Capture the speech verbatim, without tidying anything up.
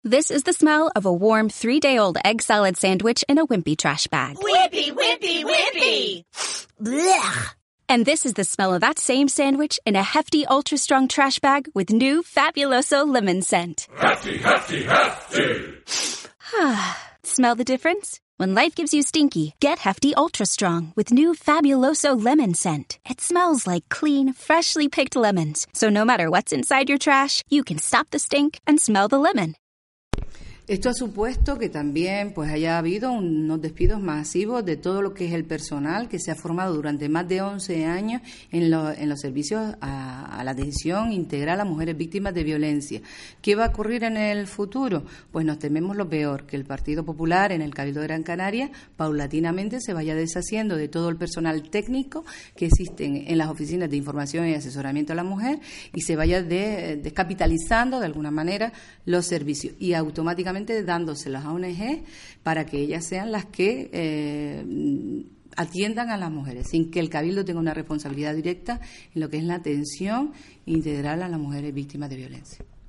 This is the smell of a warm three-day-old egg salad sandwich in a wimpy trash bag. Wimpy, wimpy, wimpy! Blech! And this is the smell of that same sandwich in a hefty, ultra-strong trash bag with new Fabuloso lemon scent. Hefty, hefty, hefty! Smell the difference? When life gives you stinky, get Hefty Ultra Strong with new Fabuloso lemon scent. It smells like clean, freshly picked lemons. So no matter what's inside your trash, you can stop the stink and smell the lemon. Esto ha supuesto que también pues haya habido unos despidos masivos de todo lo que es el personal que se ha formado durante más de once años en, lo, en los servicios a, a la atención integral a mujeres víctimas de violencia. ¿Qué va a ocurrir en el futuro? Pues nos tememos lo peor, que el Partido Popular en el Cabildo de Gran Canaria paulatinamente se vaya deshaciendo de todo el personal técnico que existe en, en las oficinas de información y asesoramiento a la mujer y se vaya de, descapitalizando de alguna manera los servicios y automáticamente dándoselas a O N G para que ellas sean las que eh, atiendan a las mujeres, sin que el Cabildo tenga una responsabilidad directa en lo que es la atención integral a las mujeres víctimas de violencia.